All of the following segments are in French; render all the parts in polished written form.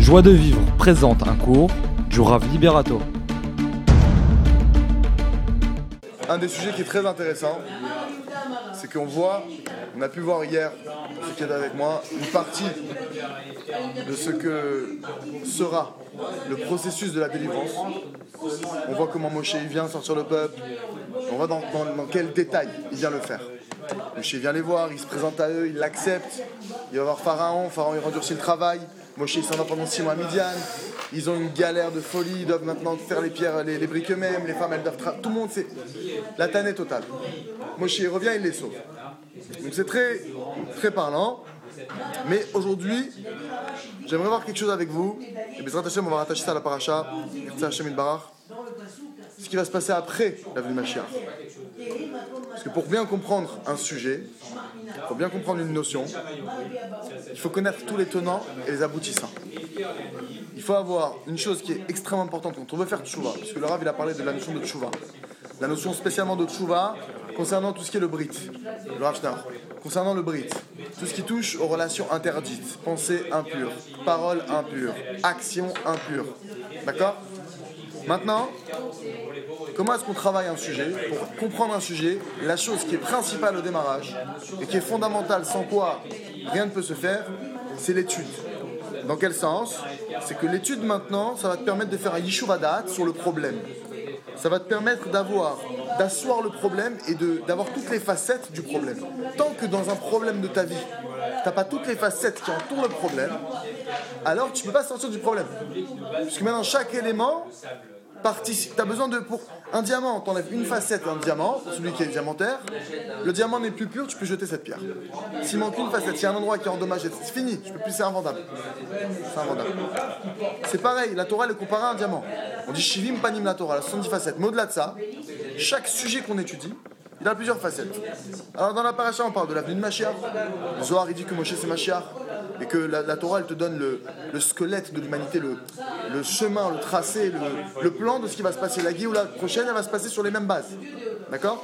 Joie de vivre présente un cours du Rav Liberato. Un des sujets qui est très intéressant, c'est qu'on a pu voir hier, pour ceux qui étaient avec moi, une partie de ce que sera le processus de la délivrance. On voit comment Moshe vient sortir le peuple, on voit dans quel détail il vient le faire. Moshe vient les voir, il se présente à eux, il l'accepte, il va voir Pharaon il endurcit le travail, Moshe il s'en va pendant 6 mois à Midian, ils ont une galère de folie, ils doivent maintenant faire les pierres, les briques eux-mêmes, les femmes elles doivent tout le monde, c'est la tannée totale. Moshe il revient, il les sauve. Donc c'est très, très parlant, mais aujourd'hui, j'aimerais voir quelque chose avec vous, et Bezrat Hashem on va rattacher ça à la paracha, ce qui va se passer après la venue de Mashiach. Parce que pour bien comprendre un sujet, pour bien comprendre une notion, il faut connaître tous les tenants et les aboutissants. Il faut avoir une chose qui est extrêmement importante quand on veut faire tchouva, parce que le Rav il a parlé de la notion de tchouva, la notion spécialement de tchouva concernant tout ce qui est le brit, le Rav Schnarr, concernant le brit, tout ce qui touche aux relations interdites, pensées impures, paroles impures, actions impures. D'accord ? Maintenant, comment est-ce qu'on travaille un sujet? Pour comprendre un sujet, la chose qui est principale au démarrage et qui est fondamentale, sans quoi rien ne peut se faire, c'est l'étude. Dans quel sens? C'est que l'étude maintenant, ça va te permettre de faire un yishuv hadat sur le problème. Ça va te permettre d'asseoir le problème et d'avoir toutes les facettes du problème. Tant que dans un problème de ta vie, tu n'as pas toutes les facettes qui entourent le problème, alors tu ne peux pas sortir du problème. Parce que maintenant, chaque élément participe. Tu as besoin pour un diamant, tu enlèves une facette d'un diamant, pour celui qui est diamantaire, le diamant n'est plus pur, tu peux jeter cette pierre. S'il manque une facette, s'il y a un endroit qui est endommagé, c'est fini, tu peux plus, c'est invendable. C'est invendable. C'est pareil, la Torah elle est comparée à un diamant. On dit Shivim Panim la Torah, 70 facettes. Mais au-delà de ça, chaque sujet qu'on étudie, il a plusieurs facettes. Alors dans la paracha, on parle de l'avenue de Mashiach. Le Zohar il dit que Moshe c'est Mashiach et que la Torah elle te donne le squelette de l'humanité, le chemin, le tracé, le plan de ce qui va se passer. La Géoula prochaine, elle va se passer sur les mêmes bases. D'accord ?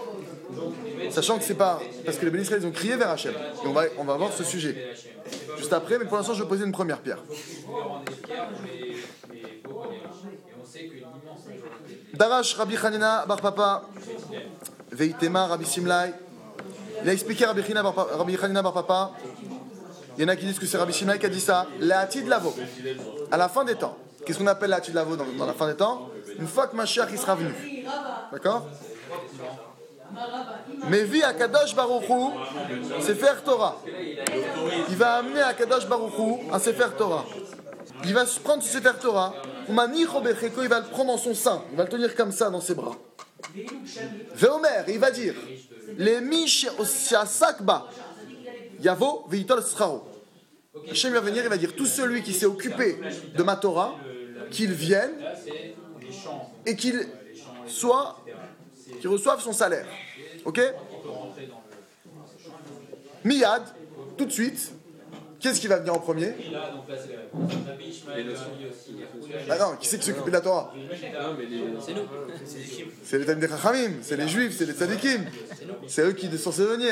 Sachant que c'est pas parce que les Bénis Israël ils ont crié vers Hachem. Et on va voir ce sujet juste après, mais pour l'instant je vais poser une première pierre. Darash Rabbi Hanina Bar Papa Veitema Rabbi Simlai. Il a expliqué Rabbi Hanina Bar Papa. Il y en a qui disent que c'est Rabbi Simlai qui a dit ça. L'Atid Lavo. À la fin des temps. Qu'est-ce qu'on appelle l'Atid Lavo dans la fin des temps? Une fois que Mashiach il sera venu. D'accord? Mais vit à Kadosh Baruch Hu, Sefer Torah. Il va amener à Kadosh Baruch Hu un Sefer Torah. Il va se prendre ce Sefer Torah. Il va le prendre dans son sein. Il va le tenir comme ça dans ses bras. Veomer, il va dire les mish sakba yavo veitol scharo. Hachem va venir, il va dire tout celui qui s'est occupé de ma Torah, qu'il vienne et qu'il reçoive son salaire. Ok? Miyad, tout de suite. Qu'est-ce qui va venir en premier? Ah non, qui c'est qui s'occupe de la Torah? C'est nous. C'est les Talmidei Chachamim, c'est les Juifs, c'est les Tzadikim. C'est eux qui sont censés venir.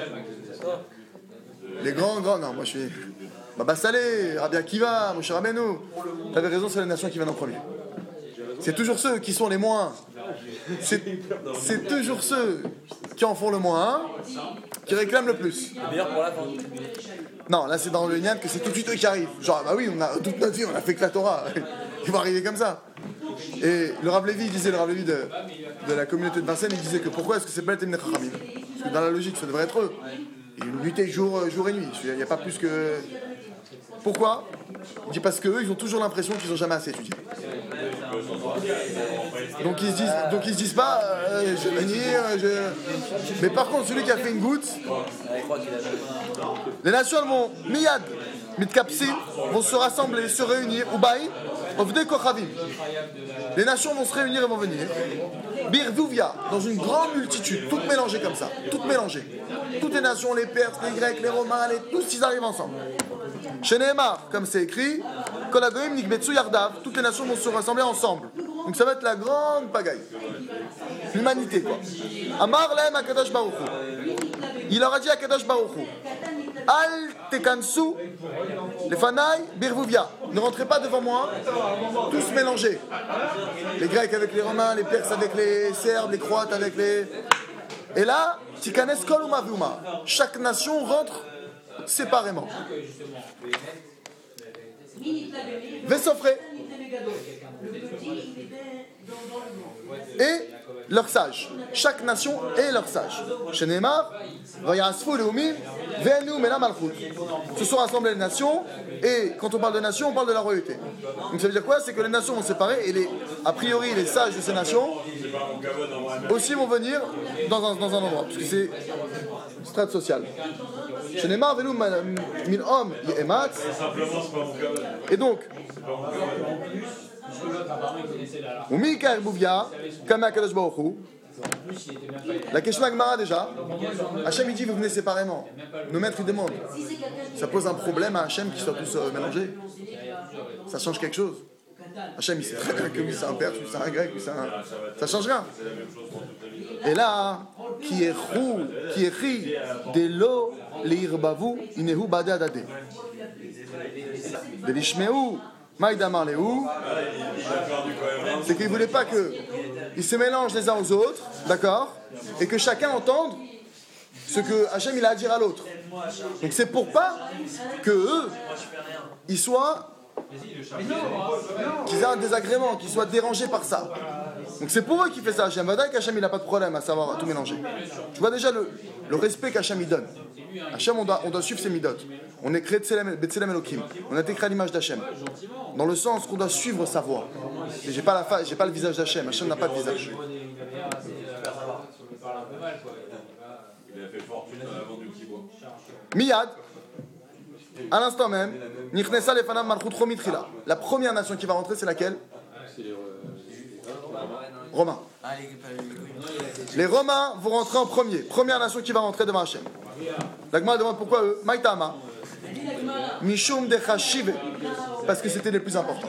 Les grands, non, moi je suis Baba Saleh, Rabbi Akiva, Moshe Rabbeinu. T'avais raison, c'est les nations qui viennent en premier. C'est toujours ceux qui sont les moins. C'est toujours ceux qui en font le moins, qui réclament le plus. Le meilleur pour la fin. Non, là c'est dans le Nyan que c'est tout de suite eux qui arrivent. Genre, bah oui, toute notre vie, on a fait que la Torah. Ils vont arriver comme ça. Et le Rav Levi disait, de la communauté de Vincennes, il disait que pourquoi est-ce que c'est pas les Talmidei Chachamim? Parce que dans la logique, ça devrait être eux. Ils luttaient jour et nuit. Il n'y a pas plus que... Pourquoi? Il dit parce qu'eux, ils ont toujours l'impression qu'ils n'ont jamais assez étudié. Donc ils se disent pas, je vais venir, Mais par contre, celui qui a fait une goutte, les nations vont, miyad, mitkapsim, vont se rassembler, se réunir, ubaï, ovde kochavim. Les nations vont se réunir et vont venir. Birduvia, dans une grande multitude, toutes mélangées comme ça, toutes mélangées. Toutes les nations, les Perses, les Grecs, les Romains, tous ils arrivent ensemble. Chez Nehemar, comme c'est écrit, Kolagoim nikbetsu yardav, toutes les nations vont se rassembler ensemble. Donc ça va être la grande pagaille. L'humanité, quoi. Amar lehem akadosh baruch hu. Il leur a dit à Kadosh Baruch Hu, Al tekansu Les Fanaï, Birvouvia. Ne rentrez pas devant moi, tous mélangés. Les Grecs avec les Romains, les Perses avec les Serbes, les Croates avec les... Et là, Tikanes Kol Uma Vuma. Chaque nation rentre séparément. Vesofré. Et leurs sages. Chaque nation et leurs sages. Chez Neymar, se sont rassemblées les nations, et quand on parle de nations, on parle de la royauté. Donc ça veut dire quoi? C'est que les nations vont se séparer, et a priori les sages de ces nations aussi vont venir dans un endroit, parce que c'est strate sociale. Chez Neymar, min homme yemat. Et donc, la question à Gemara déjà, Hachem il dit vous venez séparément. Nos maîtres ils demandent. Ça pose un problème à Hachem qu'ils soient tous mélangés. Ça change quelque chose. Hachem il sait très bien que lui c'est un perse, lui c'est un grec, lui c'est un... Ça change rien. Et là, qui est ri de lo leirbavu inehu bade adade. De l'ishmeu maïdamar lehu. C'est qu'il ne voulait pas qu'ils se mélangent les uns aux autres, d'accord, et que chacun entende ce que Hachem il a à dire à l'autre. Donc c'est pour pas que eux, ils soient, qu'ils aient un désagrément, qu'ils soient dérangés par ça. Donc c'est pour eux qu'il fait ça, Hachem. Vadaï qu'Hachem il n'a pas de problème à savoir tout mélanger. Tu vois déjà le respect qu'Hachem il donne. Hachem on doit suivre ses midot. On est créé B'Tselem Elohim. On a été créé à l'image d'Hachem. Dans le sens qu'on doit suivre sa voie. Et j'ai pas le visage d'Hachem. Hachem n'a pas de visage. Miyad, à l'instant même, Nichnesa Lefanam Malchut Chomitrila. La première nation qui va rentrer, c'est laquelle? Romains. Les Romains vont rentrer en premier. Première nation qui va rentrer devant Hachem. La Gemara demande pourquoi eux. Maïtama. Mishum de Chashive. Parce que c'était les plus importants.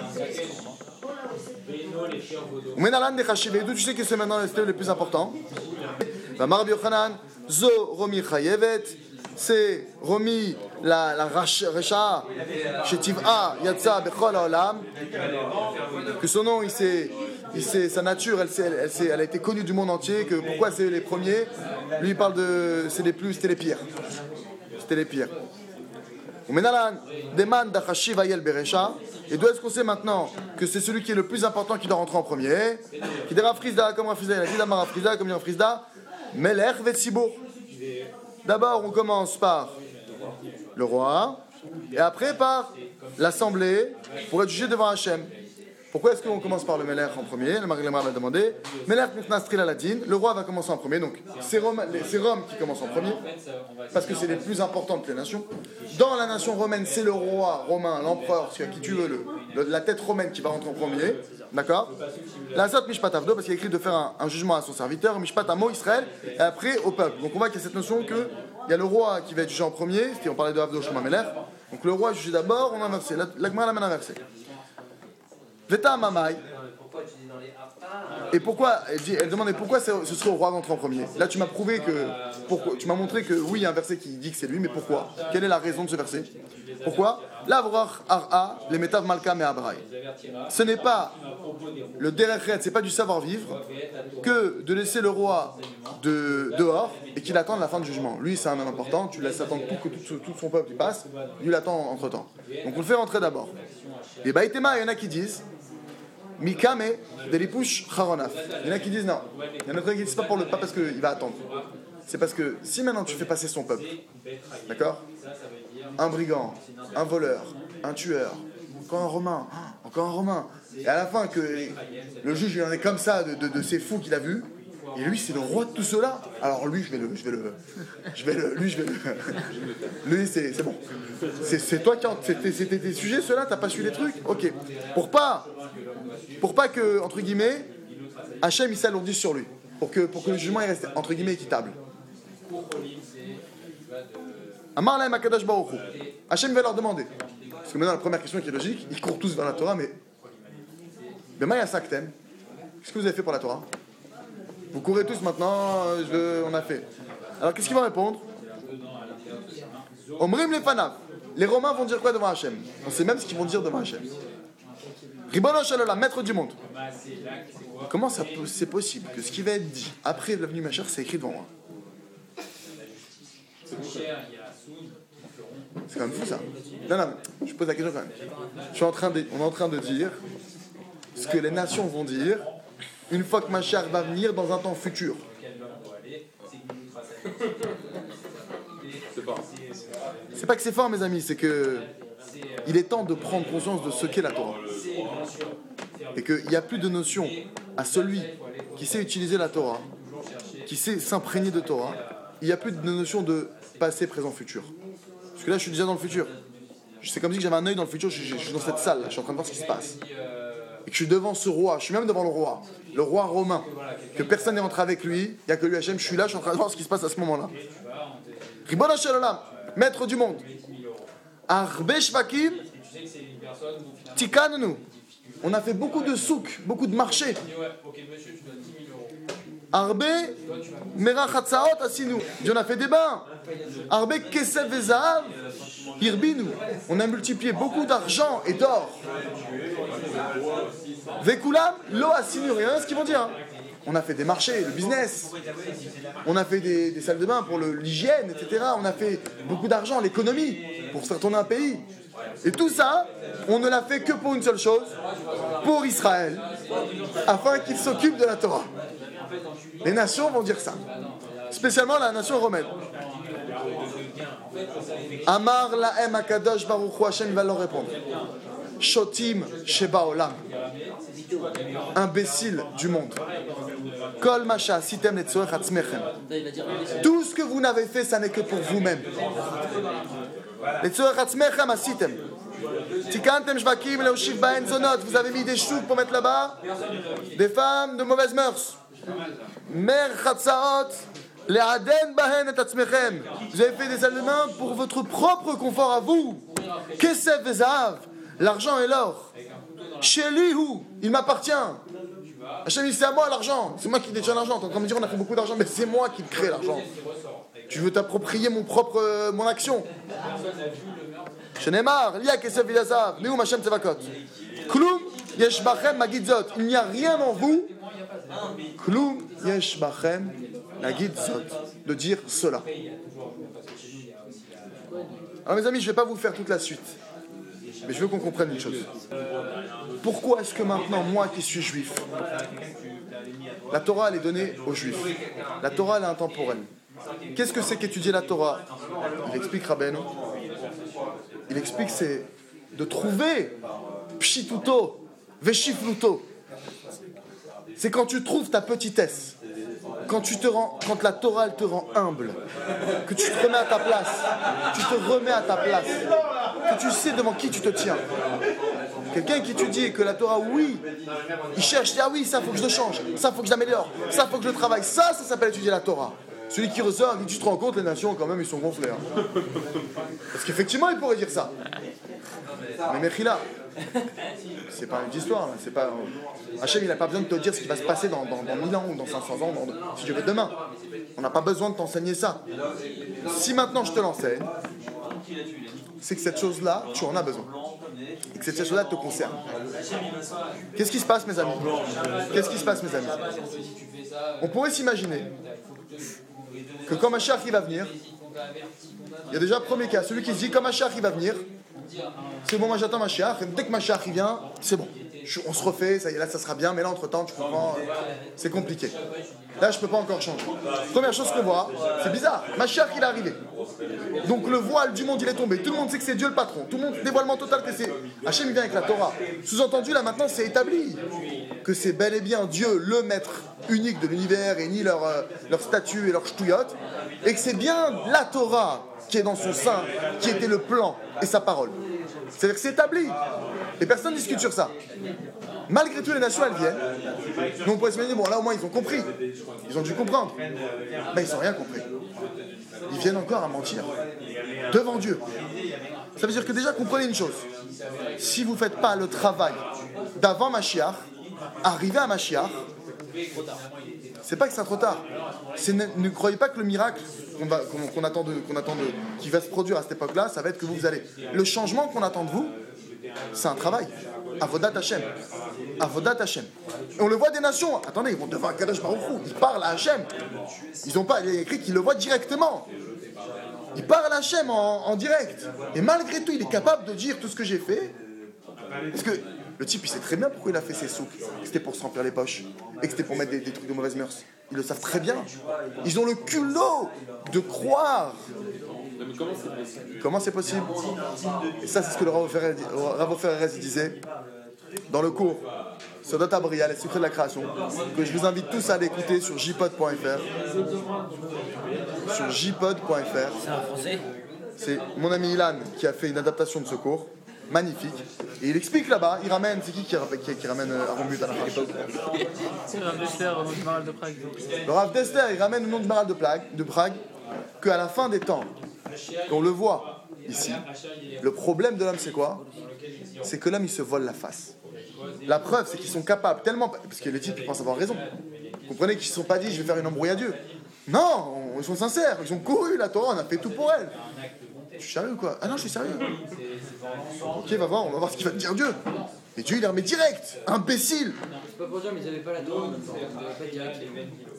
Menalan de Chashive. D'où tu sais que c'est maintenant les plus importants? Marbi Yochanan. Zo Romi Chayevet. C'est Romi la Recha. Shetiv'a Yatsa Bechol Haolam. Que son nom, sa nature, elle a été connue du monde entier. Que pourquoi c'est les premiers? Lui il parle de, c'était les pires. C'était les pires. Et d'où est-ce qu'on sait maintenant que c'est celui qui est le plus important qui doit rentrer en premier? Qui dit Rafrizda comme Rafrizda, il a dit Damar Rafrizda comme Rafrizda. Melech Vetsibour. D'abord on commence par le roi et après par l'assemblée pour être jugé devant Hachem. Pourquoi est-ce qu'on commence par le Melech en premier? Le Marie-Lemar l'a demandé. Melech Nastri la latine, le roi va commencer en premier, donc c'est Rome qui commence en premier, parce que c'est les plus importantes les nations. Dans la nation romaine, c'est le roi romain, l'empereur, qui tu veux, la tête romaine qui va rentrer en premier, d'accord? La Sot Mishpat Avdo, parce qu'il est écrit de faire un jugement à son serviteur, Mishpat Amo Israël, et après au peuple. Donc on voit qu'il y a cette notion qu'il y a le roi qui va être jugé en premier, on parlait de Avdo Shema Melech, donc le roi est jugé d'abord, on a inversé, la Gemara l'a même inversé. Veta Mamai. Et pourquoi elle demande pourquoi ce serait au roi d'entrer en premier. Là tu m'as prouvé tu m'as montré que oui il y a un verset qui dit que c'est lui, mais pourquoi? Quelle est la raison de ce verset? Pourquoi? L'avrach ar'a les metav malka me abraï. Ce n'est pas le derechret, c'est pas du savoir-vivre que de laisser le roi dehors et qu'il attende la fin du jugement. Lui c'est un homme important, tu laisses attendre que tout son peuple il passe, lui il attend entre temps. Donc on le fait rentrer d'abord. Et Baïtema, il y en a qui disent Mikame de l'ipouche Charonaf. Il y en a qui disent non. Il y en a qui disent pas parce qu'il va attendre. C'est parce que si maintenant tu fais passer son peuple, d'accord? Un brigand, un voleur, un tueur, encore un Romain. Et à la fin que le juge il en est comme ça de ces fous qu'il a vus. Et lui c'est le roi de tout cela. Alors lui lui c'est bon. C'est toi qui c'était tes sujets ceux-là, t'as pas su les trucs. Ok. Pour pas que entre guillemets Hachem il s'alourdisse sur lui. Pour que le jugement il reste entre guillemets équitable. Amar lahem Akadosh Baruch Hu. Hachem va leur demander. Parce que maintenant la première question qui est logique, ils courent tous vers la Torah, mais Bema Saktem. Qu'est-ce que vous avez fait pour la Torah? Vous courez tous maintenant, on a fait. Alors qu'est-ce qu'ils vont répondre? Omrim lefanav. Les Romains vont dire quoi devant Hachem? On sait même ce qu'ils vont dire devant Hachem. Ribono shel olam, maître du monde. Comment c'est possible que ce qui va être dit après la venue Mashiach, c'est écrit devant moi? C'est quand même fou ça. Non, je pose la question quand même. On est en train de dire ce que les nations vont dire une fois que Mashiach va venir dans un temps futur. C'est pas que c'est fort, mes amis, c'est que il est temps de prendre conscience de ce qu'est la Torah. Et qu'il n'y a plus de notion à celui qui sait utiliser la Torah, qui sait s'imprégner de Torah, il n'y a plus de notion de passé, présent, futur. Parce que là, je suis déjà dans le futur. C'est comme si j'avais un œil dans le futur, je suis dans cette salle, là, je suis en train de voir ce qui se passe. Et que je suis devant ce roi, je suis même devant le roi romain, que personne n'est rentré avec lui, il n'y a que lui, Hachem, je suis là, je suis en train de voir ce qui se passe à ce moment-là. Ribono shel olam, maître du monde. Arbe shvakim, tikanenu. On a fait beaucoup de souks, beaucoup de marchés. Arbe merachatzaot asinu. On a fait des bains. Arbe kesef vezahav hirbinu. On a multiplié beaucoup d'argent et d'or. Vekulam lo asinu. Rien ce qu'ils vont dire. Hein. On a fait des marchés, le business. On a fait des salles de bain pour l'hygiène, etc. On a fait beaucoup d'argent, l'économie, pour faire tourner un pays. Et tout ça, on ne l'a fait que pour une seule chose, pour Israël, afin qu'il s'occupe de la Torah. Les nations vont dire ça, spécialement la nation romaine. Amar lahem akadosh baruch hu, Hashem va leur répondre. Shotim sheba olam, imbécile du monde. Kol masha sitem letzorech atzmechem. Tout ce que vous n'avez fait, ça n'est que pour vous-même. Letzorech atzmechem asitem. Tikantem shvakim leoshiv bahen zonot. Vous avez mis des choux pour mettre là-bas des femmes de mauvaises mœurs. Mer chatzaot le'aden bahen et atzmechem. Vous avez fait des salles de bain pour votre propre confort à vous. Kesef vezahav. L'argent et l'or. Shelihu, il m'appartient. Hachem dit c'est à moi l'argent. C'est moi qui détiens l'argent. T'es en train de me dire on a fait beaucoup d'argent, mais c'est moi qui crée l'argent. Tu veux t'approprier mon action. Shenemar, liya kesef vidazav, meum Hashem tzevakot. Klum yesh bachem magidzot. Il n'y a rien en vous. Klum yesh bachem magidzot. De dire cela. Alors mes amis, je ne vais pas vous faire toute la suite. Mais je veux qu'on comprenne une chose. Pourquoi est-ce que maintenant, moi qui suis juif, la Torah elle est donnée aux juifs? La Torah elle est intemporelle. Qu'est-ce que c'est qu'étudier la Torah? Il explique Rabbeinu. Il explique c'est de trouver pshituto, veshifluto. C'est quand tu trouves ta petitesse. Quand la Torah elle te rend humble, que tu te remets à ta place, que tu sais devant qui tu te tiens. Quelqu'un qui étudie que la Torah, oui, il cherche, ah oui, ça faut que je le change, ça faut que je l'améliore, ça faut que je le travaille, ça s'appelle étudier la Torah. Celui qui ressort, il dit, tu te rends compte, les nations quand même, ils sont gonflés. Hein. Parce qu'effectivement, il pourrait dire ça. Mais Mechila, c'est pas une histoire, c'est pas... Hachem, il n'a pas besoin de te dire ce qui va se passer dans 1000 ans ou dans 500 ans, si Dieu veut demain. On n'a pas besoin de t'enseigner ça. Si maintenant je te l'enseigne, c'est que cette chose-là, tu en as besoin. Et que cette chose-là te concerne. Qu'est-ce qui se passe, mes amis? On pourrait s'imaginer que quand Mashiach il va venir, il y a déjà un premier cas, celui qui se dit quand Mashiach il va venir, c'est bon, moi j'attends Mashiach, et dès que Mashiach il vient, c'est bon. On se refait, ça y est, là ça sera bien, mais là entre temps, tu comprends, c'est compliqué. Là je peux pas encore changer. Première chose qu'on voit, c'est bizarre, Mashiach il est arrivé. Donc le voile du monde il est tombé, tout le monde sait que c'est Dieu le patron, tout le monde, dévoilement total que c'est... Hachem il vient avec la Torah. Sous-entendu là maintenant c'est établi que c'est bel et bien Dieu le maître unique de l'univers et ni leur statut et leur ch'touillotte, et que c'est bien la Torah qui est dans son sein, qui était le plan et sa parole. C'est-à-dire que c'est établi. Et personne ne discute sur ça. Malgré tout, les nations, elles viennent. Donc on pourrait se dire, bon, là au moins ils ont compris. Ils ont dû comprendre. Mais ils n'ont rien compris. Ils viennent encore à mentir. Devant Dieu. Ça veut dire que déjà, comprenez une chose. Si vous ne faites pas le travail d'avant Mashiach, arrivé à Mashiach, C'est pas que c'est trop tard. Ne croyez pas que le miracle qu'on attend qui va se produire à cette époque-là, ça va être que vous allez. Le changement qu'on attend de vous, c'est un travail. Avodat Hashem. Avodat Hashem. Et on le voit des nations. Attendez, ils vont devant Kadosh Baruch Hu. Ils parlent à Hashem. Il y a écrit qu'ils le voient directement. Il parle à Hashem en direct. Et malgré tout, il est capable de dire tout ce que j'ai fait. Parce que le type, il sait très bien pourquoi il a fait ses souks. C'était pour se remplir les poches. Et que c'était pour mettre des trucs de mauvaise mœurs. Ils le savent très bien. Ils ont le culot de croire. Comment c'est possible? Et ça, c'est ce que le Rav Ofer Erez disait dans le cours sur Data Bria, les secrets de la création, que je vous invite tous à aller écouter sur jpod.fr. Sur jpod.fr. C'est un français. C'est mon ami Ilan qui a fait une adaptation de ce cours, magnifique. Et il explique là-bas, il ramène, c'est qui ramène Aaron But à la fin? C'est le Rav Dessler au nom du Maral de Prague. Le Rav Dessler, il ramène le nom du Maral de Prague, qu'à la fin des temps, et on le voit ici, le problème de l'homme c'est quoi? C'est que l'homme il se vole la face. La preuve c'est qu'ils sont capables tellement, parce que les types ils pensent avoir raison. Vous comprenez qu'ils ne se sont pas dit je vais faire une embrouille à Dieu. Non, ils sont sincères, ils ont couru la Torah, on a fait tout pour elle. Je suis sérieux quoi? Ah non je suis sérieux. Ok on va voir ce qu'il va te dire Dieu. Et Dieu il les remet direct, imbécile. C'est pas pour dire mais ils n'avaient pas la Torah en même temps. Ils n'avaient pas de directive.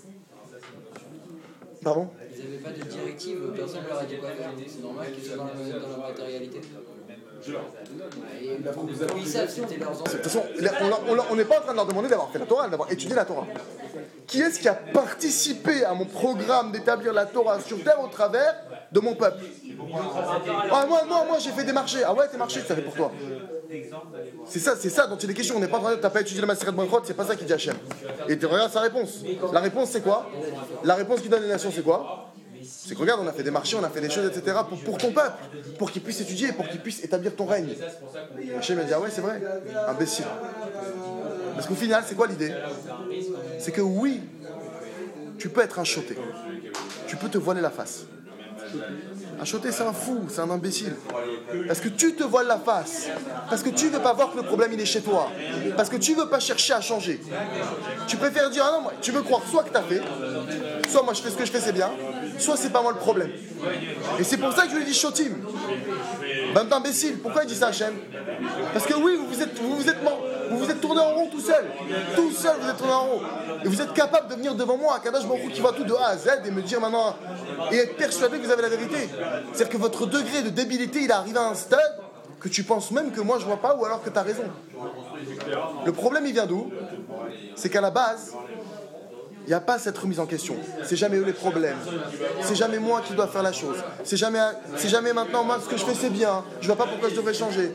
Pardon? Ils n'avaient pas de directive, personne ne leur a dit quoi faire. C'est normal qu'ils soient dans la matérialité. Et ils savent, c'était leurs enfants. De toute façon, on n'est pas en train de leur demander d'avoir fait la Torah, d'avoir étudié la Torah. Qui est-ce qui a participé à mon programme d'établir la Torah sur terre au travers de mon peuple? Ah, moi j'ai fait des marchés. Ah ouais, tes marchés, ça fait pour toi. C'est ça dont il est question. On n'est pas en train de dire t'as pas étudié la Maseret Brachot, c'est pas ça qui dit Hachem. Et tu regardes sa réponse. La réponse c'est quoi? La réponse qui donne les nations c'est quoi? C'est que regarde, on a fait des marchés, on a fait des choses, etc. pour ton peuple, pour qu'il puisse étudier, pour qu'il puisse établir ton règne. Hachem a dit ah ouais c'est vrai, imbécile. Parce qu'au final, c'est quoi l'idée? C'est que oui, tu peux être un choté. Tu peux te voiler la face. Un choté, c'est un fou, c'est un imbécile. Parce que tu te voiles la face. Parce que tu ne veux pas voir que le problème, il est chez toi. Parce que tu ne veux pas chercher à changer. Tu préfères dire, ah non, tu veux croire soit que tu as fait, soit moi je fais ce que je fais, c'est bien, soit c'est pas moi le problème. Et c'est pour ça que je lui dis chotim. Bande d'imbécile. Pourquoi il dit ça, Hachem? Parce que oui, vous vous êtes tourné en rond tout seul. Tout seul, vous êtes tourné en rond. Et vous êtes capable de venir devant moi, à Kadosh Baruch Hu qui va tout de A à Z, et me dire maintenant, et être persuadé que vous avez la vérité. C'est-à-dire que votre degré de débilité, il est arrivé à un stade que tu penses même que moi je vois pas, ou alors que tu as raison. Le problème, il vient d'où? C'est qu'à la base, il n'y a pas cette remise en question. C'est jamais eux les problèmes. C'est jamais moi qui dois faire la chose. C'est jamais maintenant, moi, ce que je fais, c'est bien. Je vois pas pourquoi je devrais changer.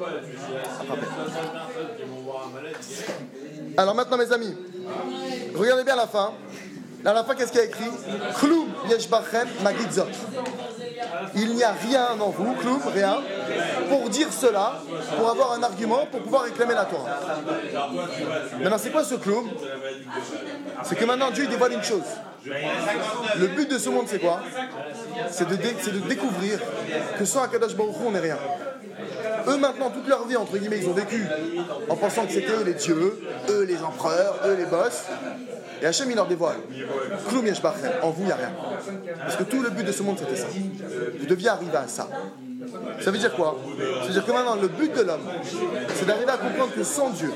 Alors maintenant, mes amis, regardez bien la fin. À la fin, qu'est-ce qu'il y a écrit? Kloum yesh bachem magidzot. Il n'y a rien en vous, kloum, rien, pour dire cela, pour avoir un argument, pour pouvoir réclamer la Torah. Maintenant, c'est quoi ce kloum? C'est que maintenant, Dieu il dévoile une chose. Le but de ce monde, c'est quoi? C'est de découvrir que sans Akadosh Baruch Hu, on n'est rien. Eux, maintenant, toute leur vie, entre guillemets, ils ont vécu en pensant que c'était eux les dieux, eux les empereurs, eux les boss. Et Hachem, il leur dévoile. Kloum yesh bachem. En vous, il n'y a rien. Parce que tout le but de ce monde, c'était ça. Vous deviez arriver à ça. Ça veut dire quoi? Ça veut dire que maintenant, le but de l'homme, c'est d'arriver à comprendre que sans Dieu,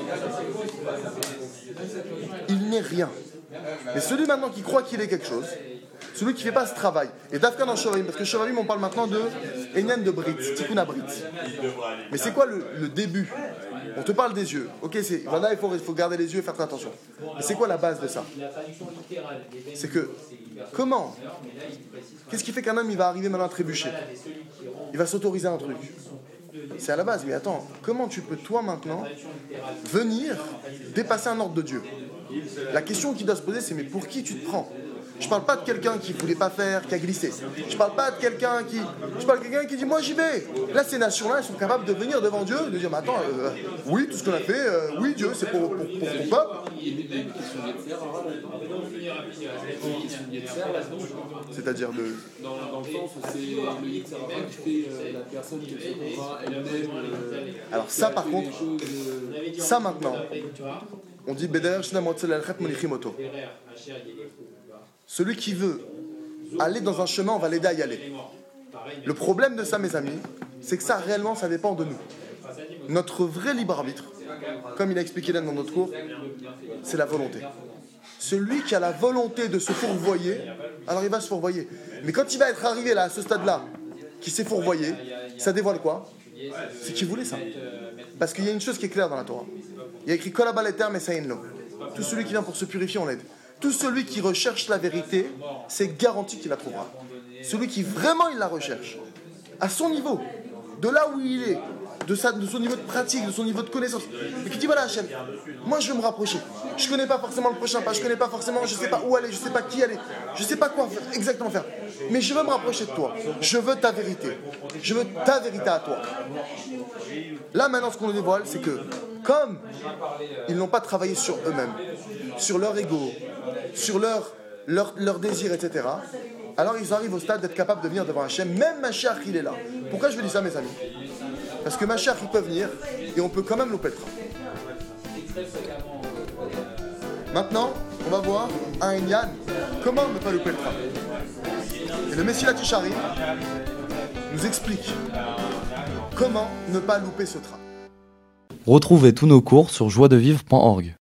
il n'est rien. Mais celui maintenant qui croit qu'il est quelque chose, celui qui ne fait pas ce travail, et d'Afka dans Shovarim, parce que Shovarim, on parle maintenant de Enyan de Brit, Tikkun Brit. Mais c'est quoi le début? On te parle des yeux. Ok, voilà, il faut garder les yeux et faire très attention. Mais c'est quoi la base de ça? C'est que, comment? Qu'est-ce qui fait qu'un homme il va arriver maintenant à trébucher? Il va s'autoriser un truc. C'est à la base. Mais attends, comment tu peux toi maintenant venir dépasser un ordre de Dieu? La question qui doit se poser, c'est mais pour qui tu te prends? Je parle pas de quelqu'un qui voulait pas faire, qui a glissé. Je parle pas de quelqu'un qui... Je parle de quelqu'un qui dit moi j'y vais. Là ces nations-là, elles sont capables de venir devant Dieu, de dire mais attends, oui tout ce qu'on a fait, oui Dieu c'est pour ton peuple. C'est-à-dire de... Dans le sens où c'est le Yitzhara qui fait la personne qui se elle-même... Alors ça par contre, ça maintenant, on dit Bederer Shna Motzel Al Chet Monichim Oto. Celui qui veut aller dans un chemin, on va l'aider à y aller. Le problème de ça, mes amis, c'est que ça, réellement, ça dépend de nous. Notre vrai libre arbitre, comme il a expliqué là dans notre cours, c'est la volonté. Celui qui a la volonté de se fourvoyer, alors il va se fourvoyer. Mais quand il va être arrivé là, à ce stade-là, qui s'est fourvoyé, ça dévoile quoi? C'est qu'il voulait ça. Parce qu'il y a une chose qui est claire dans la Torah. Il y a écrit Kol habal eter mesayin lo. Tout celui qui vient pour se purifier, on l'aide. Tout celui qui recherche la vérité, c'est garanti qu'il la trouvera. Celui qui vraiment il la recherche, à son niveau, de là où il est, de son niveau de pratique, de son niveau de connaissance, et qui dit voilà Hachem, moi je veux me rapprocher. Je ne connais pas forcément le prochain pas, je ne connais pas forcément, je ne sais pas où aller, je ne sais pas qui aller, je ne sais pas quoi exactement faire. Mais je veux me rapprocher de toi. Je veux ta vérité. Je veux ta vérité à toi. Là maintenant ce qu'on nous dévoile, c'est que comme ils n'ont pas travaillé sur eux-mêmes, sur leur ego, sur leur désir, etc., alors ils arrivent au stade d'être capables de venir devant Hachem. Même Mashiach, il est là. Pourquoi je veux dire ça, mes amis? Parce que Mashiach, il peut venir et on peut quand même louper le train. Maintenant, on va voir un Inyan, comment ne pas louper le train. Et le Messie Tisharim nous explique comment ne pas louper ce train. Retrouvez tous nos cours sur joiedevivre.org.